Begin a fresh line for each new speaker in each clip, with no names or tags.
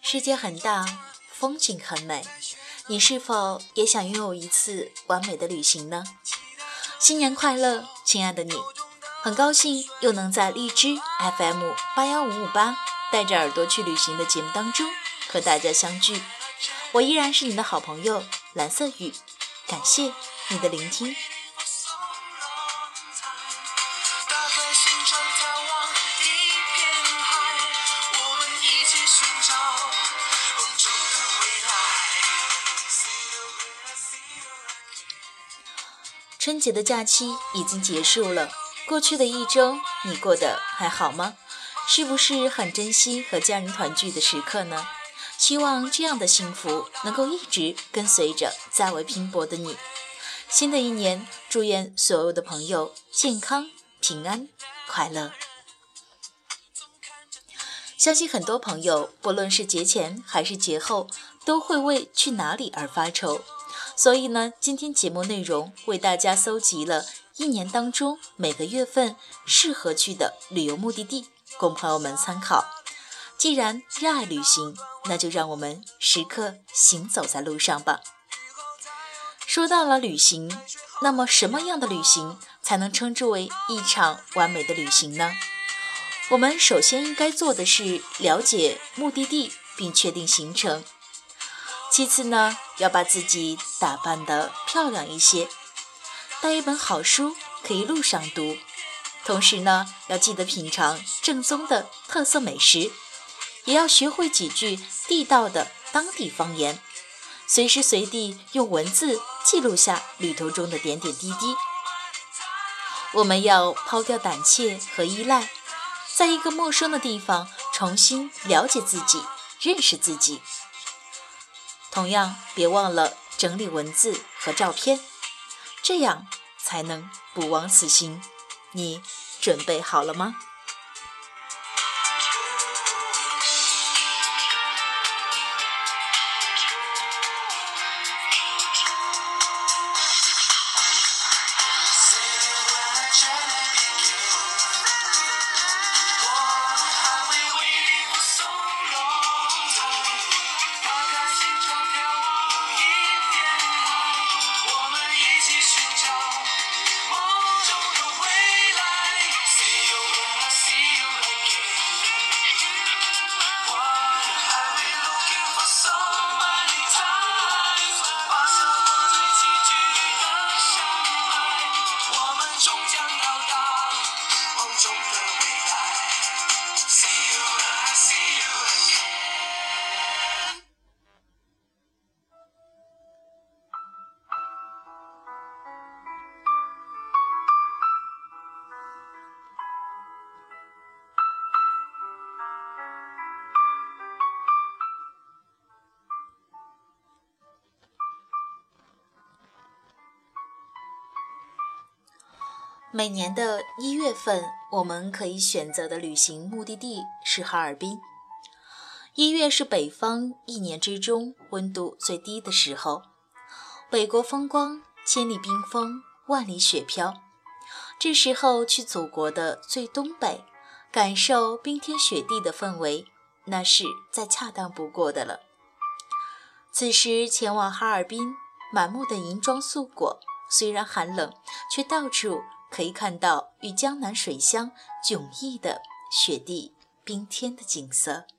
世界很大，风景很美，你是否也想拥有一次完美的旅行呢？新年快乐，亲爱的你！很高兴又能在荔枝 FM81558带着耳朵去旅行的节目当中和大家相聚。我依然是你的好朋友蓝色雨，感谢你的聆听。春节的假期已经结束了，过去的一周你过得还好吗？是不是很珍惜和家人团聚的时刻呢？希望这样的幸福能够一直跟随着在外拼搏的你。新的一年，祝愿所有的朋友健康、平安、快乐。相信很多朋友，不论是节前还是节后，都会为去哪里而发愁。所以呢，今天节目内容为大家搜集了一年当中每个月份适合去的旅游目的地，供朋友们参考。既然热爱旅行，那就让我们时刻行走在路上吧。说到了旅行，那么什么样的旅行才能称之为一场完美的旅行呢？我们首先应该做的是了解目的地并确定行程。其次呢，要把自己打扮得漂亮一些，带一本好书可以路上读，同时呢，要记得品尝正宗的特色美食，也要学会几句地道的当地方言，随时随地用文字记录下旅途中的点点滴滴。我们要抛掉胆怯和依赖，在一个陌生的地方重新了解自己，认识自己。同样，别忘了整理文字和照片，这样才能不枉此行。你准备好了吗？每年的1月份，我们可以选择的旅行目的地是哈尔滨。1月是北方一年之中温度最低的时候，北国风光，千里冰封，万里雪飘。这时候去祖国的最东北，感受冰天雪地的氛围，那是再恰当不过的了。此时前往哈尔滨，满目的银装素裹，虽然寒冷，却到处可以看到与江南水乡迥异的雪地冰天的景色。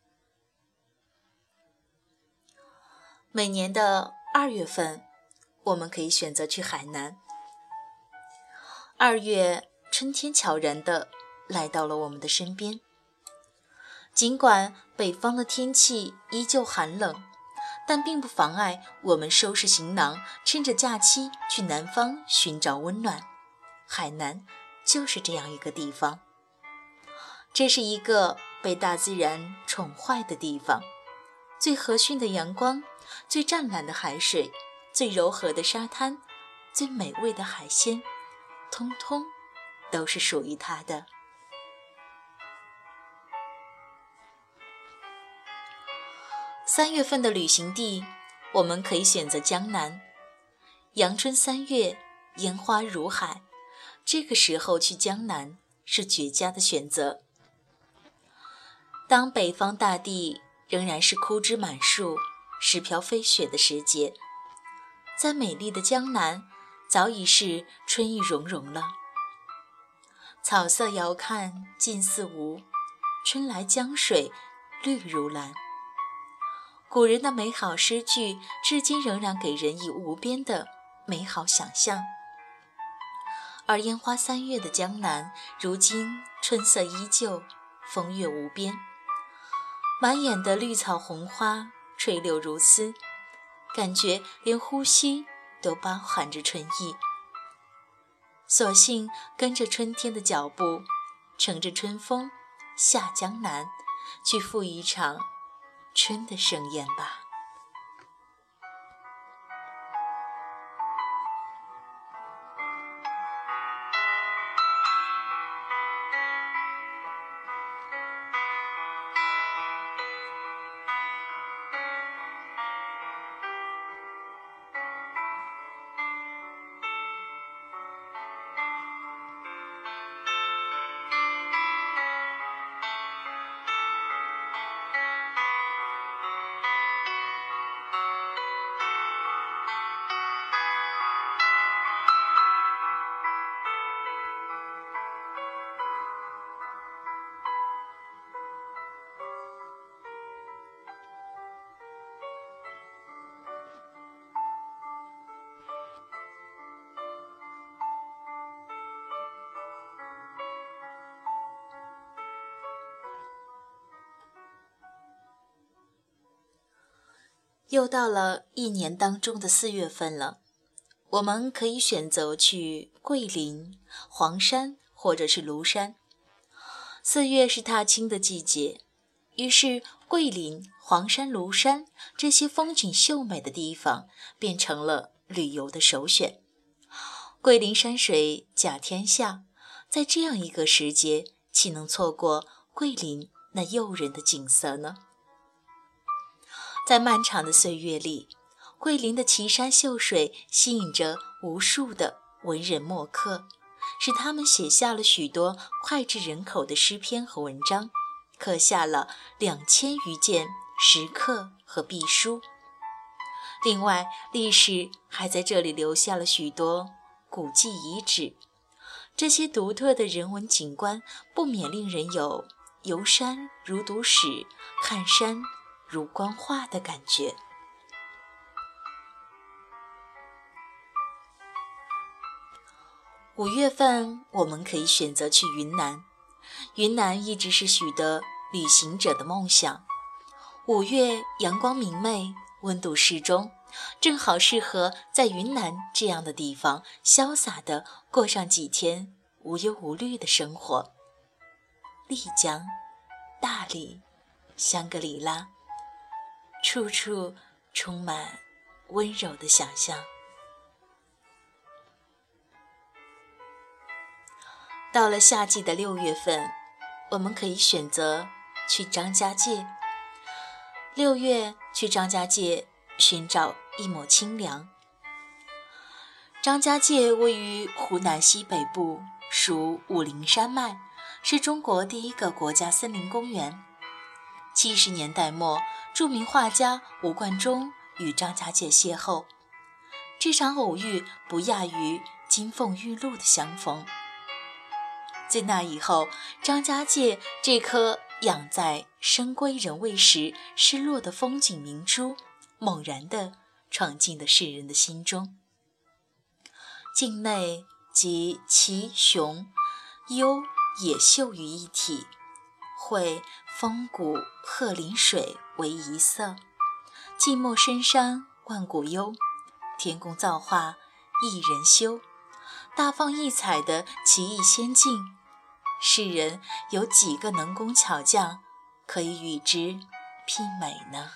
每年的2月份，我们可以选择去海南。2月，春天悄然地来到了我们的身边。尽管北方的天气依旧寒冷，但并不妨碍我们收拾行囊，趁着假期去南方寻找温暖。海南就是这样一个地方，这是一个被大自然宠坏的地方，最和煦的阳光，最湛蓝的海水，最柔和的沙滩，最美味的海鲜，通通都是属于它的。3月份的旅行地，我们可以选择江南。阳春3月，烟花如海，这个时候去江南是绝佳的选择。当北方大地仍然是枯枝满树、石瓢飞雪的时节。在美丽的江南，早已是春意融融了。草色遥看近似无，春来江水绿如蓝。古人的美好诗句，至今仍然给人以无边的美好想象。而烟花三月的江南，如今春色依旧，风月无边，满眼的绿草红花垂柳如丝，感觉连呼吸都包含着春意。索性跟着春天的脚步，乘着春风下江南，去赴一场春的盛宴吧。又到了一年当中的4月份了，我们可以选择去桂林、黄山或者是庐山。4月是踏青的季节，于是桂林、黄山、庐山这些风景秀美的地方变成了旅游的首选。桂林山水甲天下，在这样一个时节，岂能错过桂林那诱人的景色呢？在漫长的岁月里，桂林的奇山秀水吸引着无数的文人墨客，使他们写下了许多脍炙人口的诗篇和文章，刻下了2000余件石刻和壁书。另外，历史还在这里留下了许多古迹遗址，这些独特的人文景观不免令人有游山如读史，看山如观画的感觉。5月份我们可以选择去云南，云南一直是许多旅行者的梦想。5月阳光明媚，温度适中，正好适合在云南这样的地方潇洒地过上几天无忧无虑的生活。丽江、大理、香格里拉，处处充满温柔的想象。到了夏季的6月份，我们可以选择去张家界。6月去张家界，寻找一抹清凉。张家界位于湖南西北部，属武陵山脉，是中国第一个国家森林公园。70年代末，著名画家吴冠中与张家界邂逅，这场偶遇不亚于金凤玉露的相逢。自那以后，张家界这颗养在深闺人未识失落的风景明珠，猛然地闯进了世人的心中。境内集奇雄优野秀于一体，绘风骨鹤临水为一色，寂寞深山万古幽，天工造化一人修，大放异彩的奇异仙境，世人有几个能工巧匠可以与之媲美呢？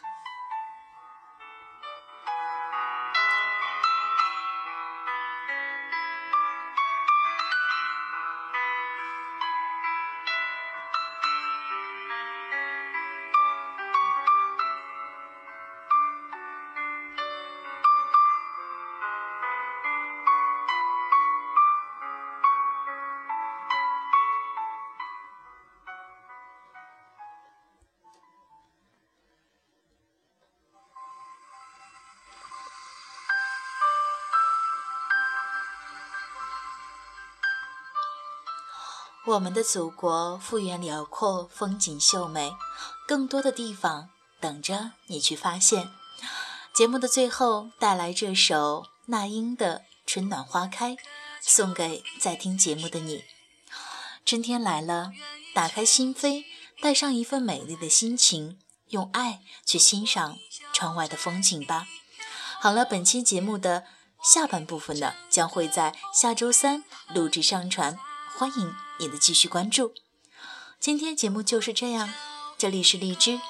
我们的祖国幅员辽阔，风景秀美，更多的地方等着你去发现。节目的最后带来这首那英的《春暖花开》，送给在听节目的你。春天来了，打开心扉，带上一份美丽的心情，用爱去欣赏窗外的风景吧。好了，本期节目的下半部分呢，将会在下周3录制上传，欢迎你的继续关注。今天节目就是这样，这里是荔枝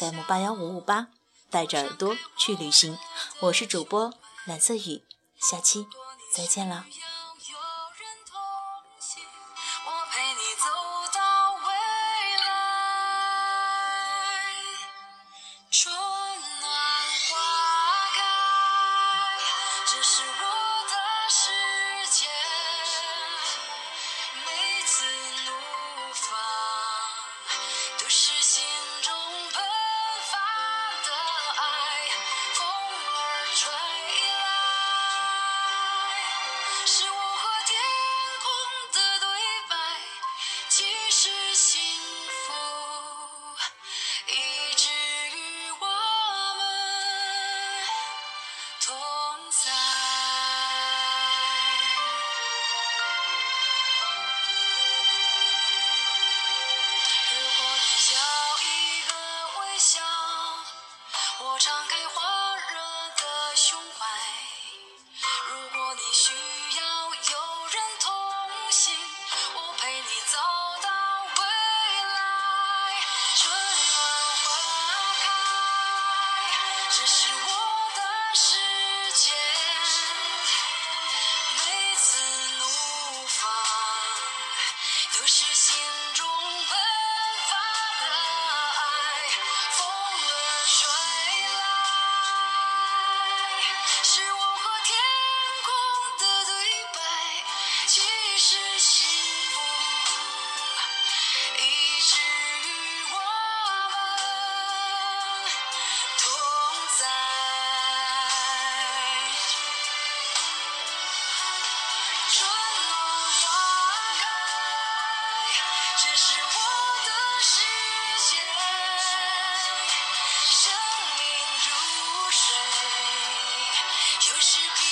FM81558，带着耳朵去旅行，我是主播蓝色雨，下期再见了。
就是